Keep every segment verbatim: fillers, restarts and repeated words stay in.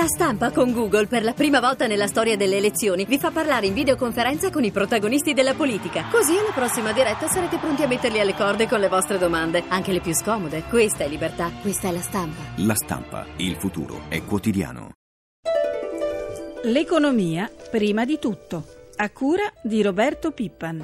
Stampa con Google, per la prima volta nella storia delle elezioni, vi fa parlare in videoconferenza con i protagonisti della politica. Così alla prossima diretta sarete pronti a metterli alle corde con le vostre domande, anche le più scomode. Questa è libertà, questa è La Stampa. La Stampa, il futuro è quotidiano. L'economia prima di tutto, a cura di Roberto Pippan.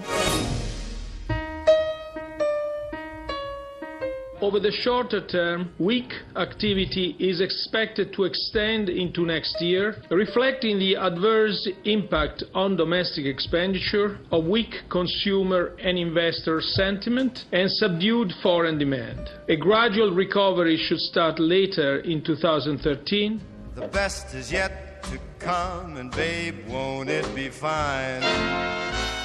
Over the shorter term, weak activity is expected to extend into next year, reflecting the adverse impact on domestic expenditure of weak consumer and investor sentiment and subdued foreign demand. A gradual recovery should start later in two thousand thirteen. The best is yet to come, and babe, won't it be fine?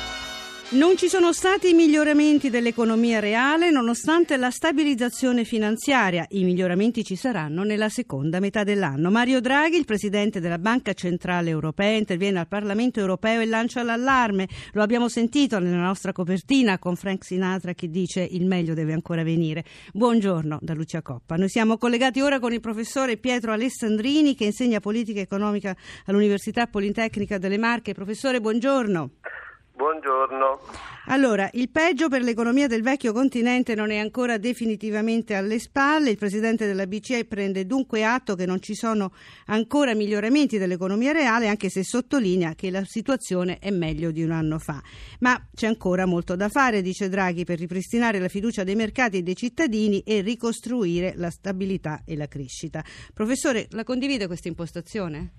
Non ci sono stati miglioramenti dell'economia reale nonostante la stabilizzazione finanziaria. I miglioramenti ci saranno nella seconda metà dell'anno. Mario Draghi, il presidente della Banca Centrale Europea, interviene al Parlamento Europeo e lancia l'allarme. Lo abbiamo sentito nella nostra copertina con Frank Sinatra che dice il meglio deve ancora venire. Buongiorno da Lucia Coppa. Noi siamo collegati ora con il professore Pietro Alessandrini che insegna politica economica all'Università Politecnica delle Marche. Professore, buongiorno. Buongiorno. Allora, il peggio per l'economia del vecchio continente non è ancora definitivamente alle spalle. Il presidente della B C E prende dunque atto che non ci sono ancora miglioramenti dell'economia reale, anche se sottolinea che la situazione è meglio di un anno fa. Ma c'è ancora molto da fare, dice Draghi, per ripristinare la fiducia dei mercati e dei cittadini e ricostruire la stabilità e la crescita. Professore, la condivide questa impostazione?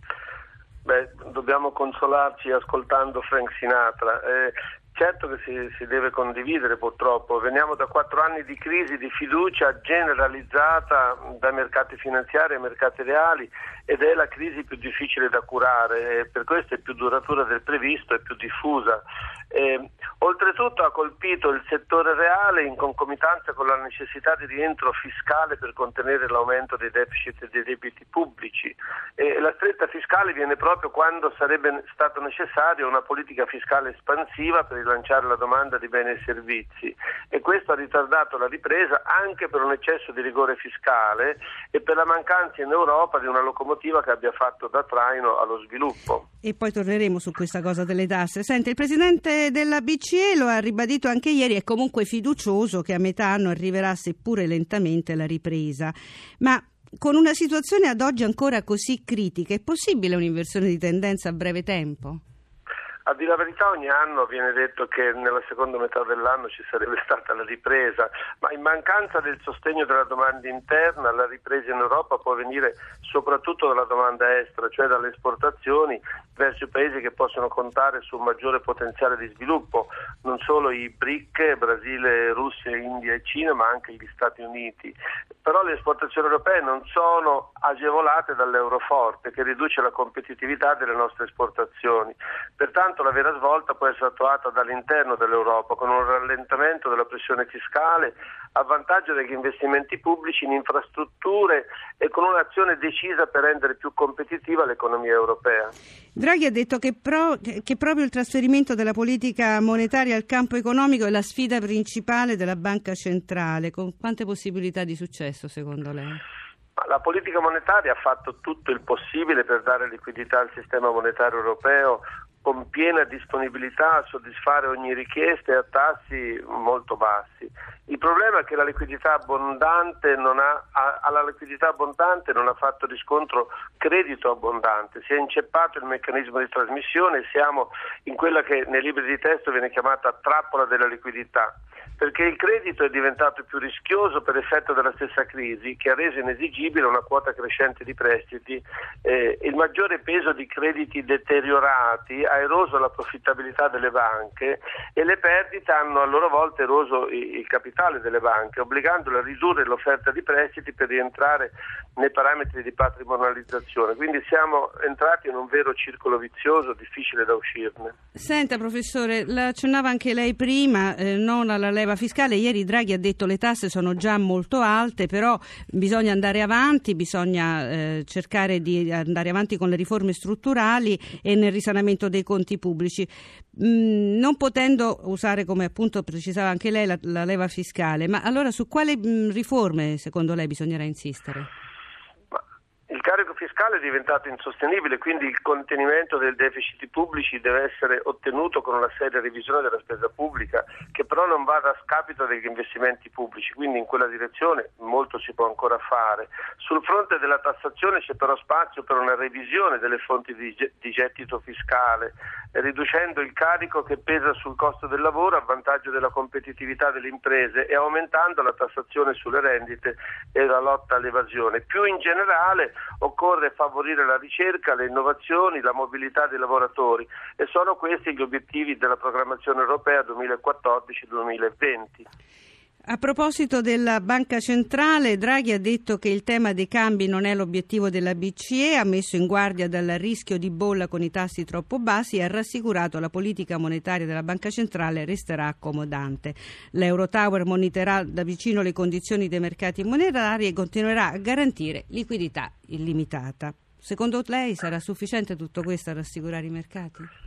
Beh, dobbiamo consolarci ascoltando Frank Sinatra. Eh, certo che si, si deve condividere, purtroppo. Veniamo da quattro anni di crisi di fiducia generalizzata dai mercati finanziari ai mercati reali ed è la crisi più difficile da curare, e per questo è più duratura del previsto e più diffusa. Eh, oltretutto ha colpito il settore reale in concomitanza con la necessità di rientro fiscale per contenere l'aumento dei deficit e dei debiti pubblici. E la stretta fiscale viene proprio quando sarebbe stato necessario una politica fiscale espansiva per rilanciare la domanda di beni e servizi, e questo ha ritardato la ripresa anche per un eccesso di rigore fiscale e per la mancanza in Europa di una locomotiva che abbia fatto da traino allo sviluppo. E poi torneremo su questa cosa delle tasse. Sente, il presidente della B C E lo ha ribadito anche ieri, è comunque fiducioso che a metà anno arriverà, seppure lentamente, la ripresa. Ma con una situazione ad oggi ancora così critica, è possibile un'inversione di tendenza a breve tempo? A dire la verità, ogni anno viene detto che nella seconda metà dell'anno ci sarebbe stata la ripresa, ma in mancanza del sostegno della domanda interna, la ripresa in Europa può venire soprattutto dalla domanda estera, cioè dalle esportazioni verso i paesi che possono contare su un maggiore potenziale di sviluppo, non solo i B R I C, Brasile, Russia, India e Cina, ma anche gli Stati Uniti. Però le esportazioni europee non sono agevolate dall'euro forte, che riduce la competitività delle nostre esportazioni. Pertanto la vera svolta può essere attuata dall'interno dell'Europa, con un rallentamento della pressione fiscale a vantaggio degli investimenti pubblici in infrastrutture e con un'azione decisa per rendere più competitiva l'economia europea. Draghi ha detto che, pro, che proprio il trasferimento della politica monetaria al campo economico è la sfida principale della Banca Centrale. Con quante possibilità di successo secondo lei? La politica monetaria ha fatto tutto il possibile per dare liquidità al sistema monetario europeo con piena disponibilità a soddisfare ogni richiesta e a tassi molto bassi. Il problema è che la liquidità abbondante non ha, alla liquidità abbondante non ha fatto riscontro credito abbondante, si è inceppato il meccanismo di trasmissione e siamo in quella che nei libri di testo viene chiamata trappola della liquidità, perché il credito è diventato più rischioso per effetto della stessa crisi che ha reso inesigibile una quota crescente di prestiti. Eh, il maggiore peso di crediti deteriorati ha eroso la profittabilità delle banche e le perdite hanno a loro volta eroso il capitale delle banche, obbligandole a ridurre l'offerta di prestiti per rientrare nei parametri di patrimonializzazione. Quindi siamo entrati in un vero circolo vizioso, difficile da uscirne. Senta professore, l'accennava anche lei prima, eh, non alla leva fiscale. Ieri Draghi ha detto le tasse sono già molto alte, però bisogna andare avanti, bisogna eh, cercare di andare avanti con le riforme strutturali e nel risanamento dei conti pubblici, mh, non potendo usare, come appunto precisava anche lei, la, la leva fiscale. Ma allora su quali mh, riforme secondo lei bisognerà insistere? Il Il carico fiscale è diventato insostenibile, quindi il contenimento del deficit pubblici deve essere ottenuto con una seria revisione della spesa pubblica, che però non vada a scapito degli investimenti pubblici, quindi in quella direzione molto si può ancora fare. Sul fronte della tassazione c'è però spazio per una revisione delle fonti di gettito fiscale, riducendo il carico che pesa sul costo del lavoro a vantaggio della competitività delle imprese e aumentando la tassazione sulle rendite e la lotta all'evasione. Più in generale occorre favorire la ricerca, le innovazioni, la mobilità dei lavoratori, e sono questi gli obiettivi della programmazione europea duemilaquattordici duemilaventi. A proposito della Banca Centrale, Draghi ha detto che il tema dei cambi non è l'obiettivo della B C E, ha messo in guardia dal rischio di bolla con i tassi troppo bassi e ha rassicurato la politica monetaria della Banca Centrale resterà accomodante. L'Eurotower monitorerà da vicino le condizioni dei mercati monetari e continuerà a garantire liquidità illimitata. Secondo lei sarà sufficiente tutto questo a rassicurare i mercati?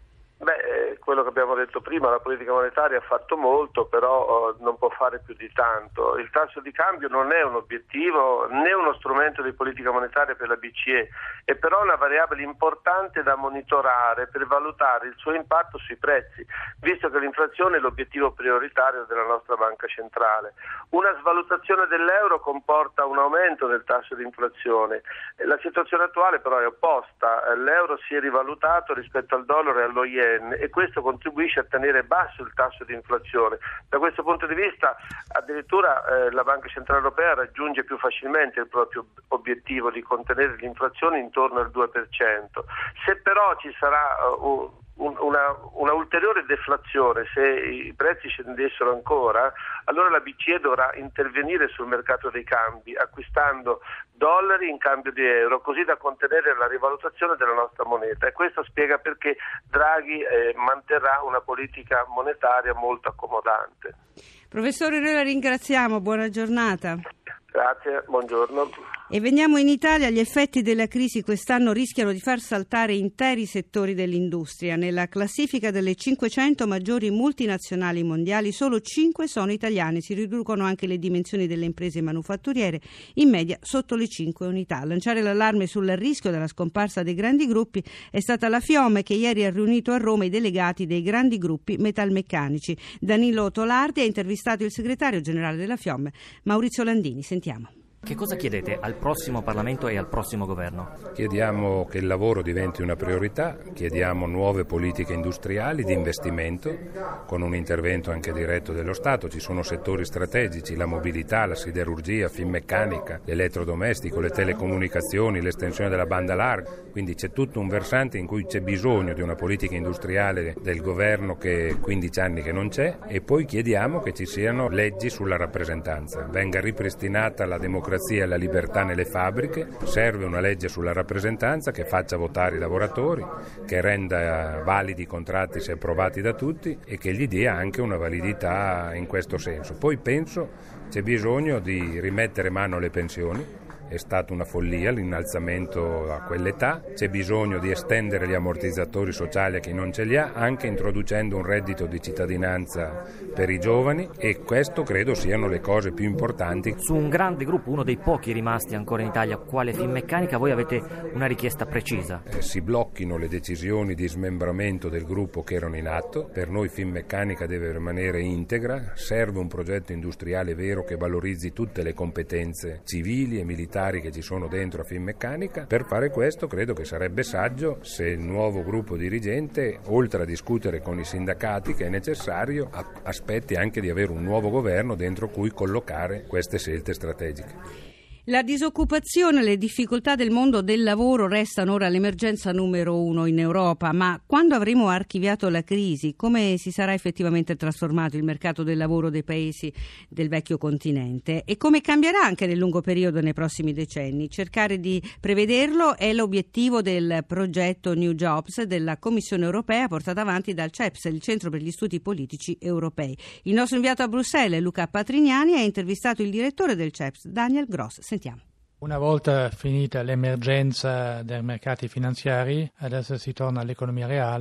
Beh, quello che abbiamo detto prima, la politica monetaria ha fatto molto, però uh, non può fare più di tanto. Il tasso di cambio non è un obiettivo né uno strumento di politica monetaria per la B C E, è però una variabile importante da monitorare per valutare il suo impatto sui prezzi, visto che l'inflazione è l'obiettivo prioritario della nostra banca centrale. Una svalutazione dell'euro comporta un aumento del tasso di inflazione. La situazione attuale però è opposta, l'euro si è rivalutato rispetto al dollaro e allo yen, e questo contribuisce a tenere basso il tasso di inflazione. Da questo punto di vista addirittura eh, la Banca Centrale Europea raggiunge più facilmente il proprio obiettivo di contenere l'inflazione intorno al due per cento. Se però ci sarà uh, un, una, una ulteriore deflazione, se i prezzi scendessero ancora, allora la B C E dovrà intervenire sul mercato dei cambi acquistando dollari in cambio di euro, così da contenere la rivalutazione della nostra moneta, e questo spiega perché Draghi eh, manterrà una politica monetaria molto accomodante. Professore, noi la ringraziamo, buona giornata. Grazie, buongiorno. E veniamo in Italia. Gli effetti della crisi quest'anno rischiano di far saltare interi settori dell'industria. Nella classifica delle cinquecento maggiori multinazionali mondiali solo cinque sono italiane. Si riducono anche le dimensioni delle imprese manufatturiere, in media sotto le cinque unità. A lanciare l'allarme sul rischio della scomparsa dei grandi gruppi è stata la FIOM, che ieri ha riunito a Roma i delegati dei grandi gruppi metalmeccanici. Danilo Tolardi ha intervistato il segretario generale della FIOM, Maurizio Landini. Sentiamo. Che cosa chiedete al prossimo Parlamento e al prossimo governo? Chiediamo che il lavoro diventi una priorità, chiediamo nuove politiche industriali di investimento con un intervento anche diretto dello Stato. Ci sono settori strategici, la mobilità, la siderurgia, finmeccanica, l'elettrodomestico, le telecomunicazioni, l'estensione della banda larga, quindi c'è tutto un versante in cui c'è bisogno di una politica industriale del governo che quindici anni che non c'è, e poi chiediamo che ci siano leggi sulla rappresentanza, venga ripristinata la democrazia e la libertà nelle fabbriche. Serve una legge sulla rappresentanza che faccia votare i lavoratori, che renda validi i contratti se approvati da tutti e che gli dia anche una validità in questo senso. Poi penso c'è bisogno di rimettere mano alle pensioni. È stata una follia l'innalzamento a quell'età, c'è bisogno di estendere gli ammortizzatori sociali a chi non ce li ha, anche introducendo un reddito di cittadinanza per i giovani, e questo credo siano le cose più importanti. Su un grande gruppo, uno dei pochi rimasti ancora in Italia, quale Finmeccanica, voi avete una richiesta precisa? Eh, si blocchino le decisioni di smembramento del gruppo che erano in atto. Per noi Finmeccanica deve rimanere integra, serve un progetto industriale vero che valorizzi tutte le competenze civili e militari che ci sono dentro a Finmeccanica. Per fare questo credo che sarebbe saggio se il nuovo gruppo dirigente, oltre a discutere con i sindacati che è necessario, aspetti anche di avere un nuovo governo dentro cui collocare queste scelte strategiche. La disoccupazione e le difficoltà del mondo del lavoro restano ora l'emergenza numero uno in Europa, ma quando avremo archiviato la crisi, come si sarà effettivamente trasformato il mercato del lavoro dei paesi del vecchio continente e come cambierà anche nel lungo periodo nei prossimi decenni? Cercare di prevederlo è l'obiettivo del progetto New Jobs della Commissione europea, portato avanti dal C E P S, il Centro per gli Studi Politici Europei. Il nostro inviato a Bruxelles, Luca Patrignani, ha intervistato il direttore del C E P S, Daniel Gross. Sentiamo. Una volta finita l'emergenza dei mercati finanziari, adesso si torna all'economia reale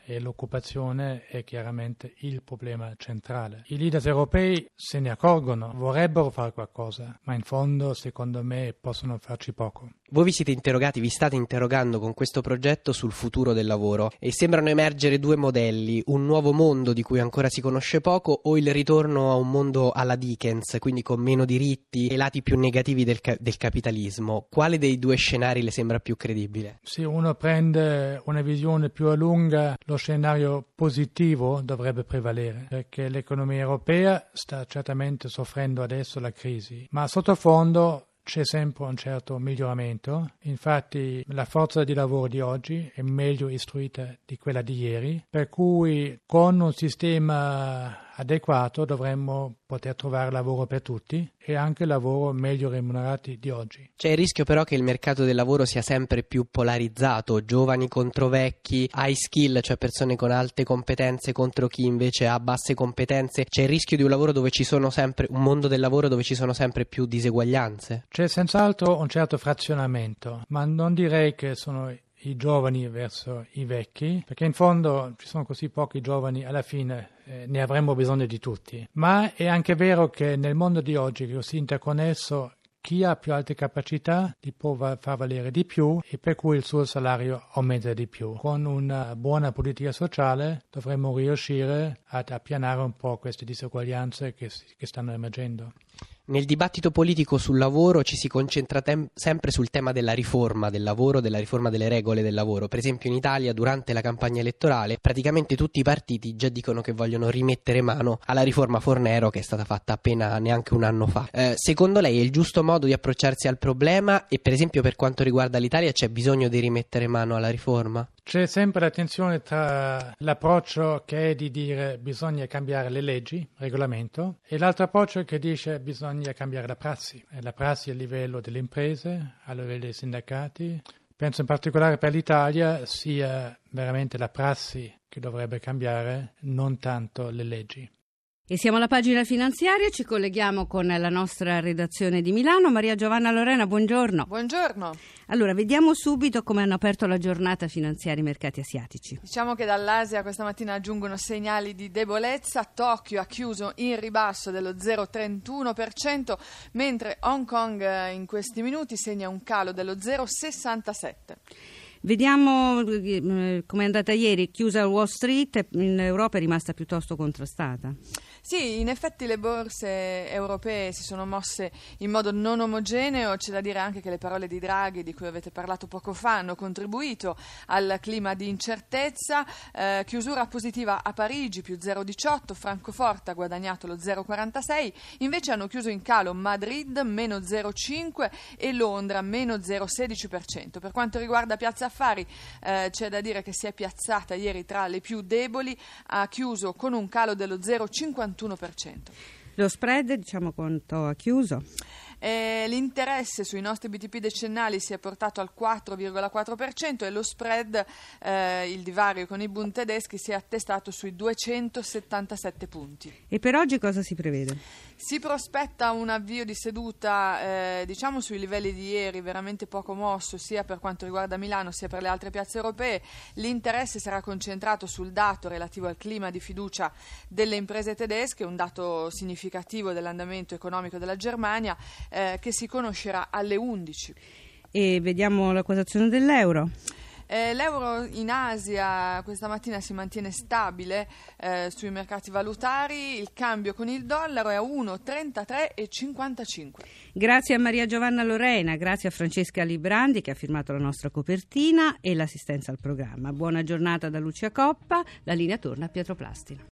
e l'occupazione è chiaramente il problema centrale. I leader europei se ne accorgono, vorrebbero fare qualcosa, ma in fondo secondo me possono farci poco. Voi vi siete interrogati, vi state interrogando con questo progetto sul futuro del lavoro e sembrano emergere due modelli, un nuovo mondo di cui ancora si conosce poco o il ritorno a un mondo alla Dickens, quindi con meno diritti e lati più negativi del, ca- del capitalismo. Quale dei due scenari le sembra più credibile? Se uno prende una visione più a lunga, lo scenario positivo dovrebbe prevalere, perché l'economia europea sta certamente soffrendo adesso la crisi, ma sottofondo c'è sempre un certo miglioramento. Infatti la forza di lavoro di oggi è meglio istruita di quella di ieri, per cui con un sistema adeguato dovremmo poter trovare lavoro per tutti e anche lavoro meglio remunerati di oggi. C'è il rischio però che il mercato del lavoro sia sempre più polarizzato, giovani contro vecchi, high skill, cioè persone con alte competenze contro chi invece ha basse competenze. C'è il rischio di un lavoro dove ci sono sempre un mondo del lavoro dove ci sono sempre più diseguaglianze? C'è senz'altro un certo frazionamento, ma non direi che sono i giovani verso i vecchi, perché in fondo ci sono così pochi giovani, alla fine eh, ne avremmo bisogno di tutti. Ma è anche vero che nel mondo di oggi, che è così interconnesso, chi ha più alte capacità li può far valere di più e per cui il suo salario aumenta di più. Con una buona politica sociale dovremmo riuscire ad appianare un po' queste diseguaglianze che, che stanno emergendo. Nel dibattito politico sul lavoro ci si concentra tem- sempre sul tema della riforma del lavoro, della riforma delle regole del lavoro. Per esempio in Italia durante la campagna elettorale praticamente tutti i partiti già dicono che vogliono rimettere mano alla riforma Fornero che è stata fatta appena neanche un anno fa. Eh, secondo lei è il giusto modo di approcciarsi al problema e per esempio per quanto riguarda l'Italia c'è bisogno di rimettere mano alla riforma? C'è sempre la tensione tra l'approccio che è di dire bisogna cambiare le leggi, il regolamento, e l'altro approccio che dice bisogna cambiare la prassi. E la prassi a livello delle imprese, a livello dei sindacati. Penso in particolare per l'Italia sia veramente la prassi che dovrebbe cambiare, non tanto le leggi. E siamo alla pagina finanziaria, ci colleghiamo con la nostra redazione di Milano. Maria Giovanna Lorena, buongiorno. Buongiorno. Allora, vediamo subito come hanno aperto la giornata finanziaria i mercati asiatici. Diciamo che dall'Asia questa mattina aggiungono segnali di debolezza. Tokyo ha chiuso in ribasso dello zero virgola trentuno per cento, mentre Hong Kong in questi minuti segna un calo dello zero virgola sessantasette per cento. Vediamo eh, come è andata ieri, chiusa Wall Street, in Europa è rimasta piuttosto contrastata. Sì, in effetti le borse europee si sono mosse in modo non omogeneo, c'è da dire anche che le parole di Draghi, di cui avete parlato poco fa, hanno contribuito al clima di incertezza. Eh, chiusura positiva a Parigi, più zero virgola diciotto, Francoforte ha guadagnato lo zero virgola quarantasei, invece hanno chiuso in calo Madrid, meno zero virgola cinque e Londra, meno zero virgola sedici per cento. Per quanto riguarda Piazza Affari, eh, c'è da dire che si è piazzata ieri tra le più deboli, ha chiuso con un calo dello zero virgola cinquantuno per cento. Lo spread, diciamo quanto ha chiuso? Eh, l'interesse sui nostri B T P decennali si è portato al quattro virgola quattro per cento e lo spread, eh, il divario con i Bund tedeschi, si è attestato sui duecentosettantasette punti. E per oggi cosa si prevede? Si prospetta un avvio di seduta eh, diciamo sui livelli di ieri, veramente poco mosso sia per quanto riguarda Milano sia per le altre piazze europee. L'interesse sarà concentrato sul dato relativo al clima di fiducia delle imprese tedesche, un dato significativo dell'andamento economico della Germania, eh, che si conoscerà alle undici. E vediamo la quotazione dell'euro. Eh, l'euro in Asia questa mattina si mantiene stabile eh, sui mercati valutari, il cambio con il dollaro è a uno virgola trentatré cinquantacinque. Grazie a Maria Giovanna Lorena, grazie a Francesca Librandi che ha firmato la nostra copertina e l'assistenza al programma. Buona giornata da Lucia Coppa, la linea torna a Pietro Plastina.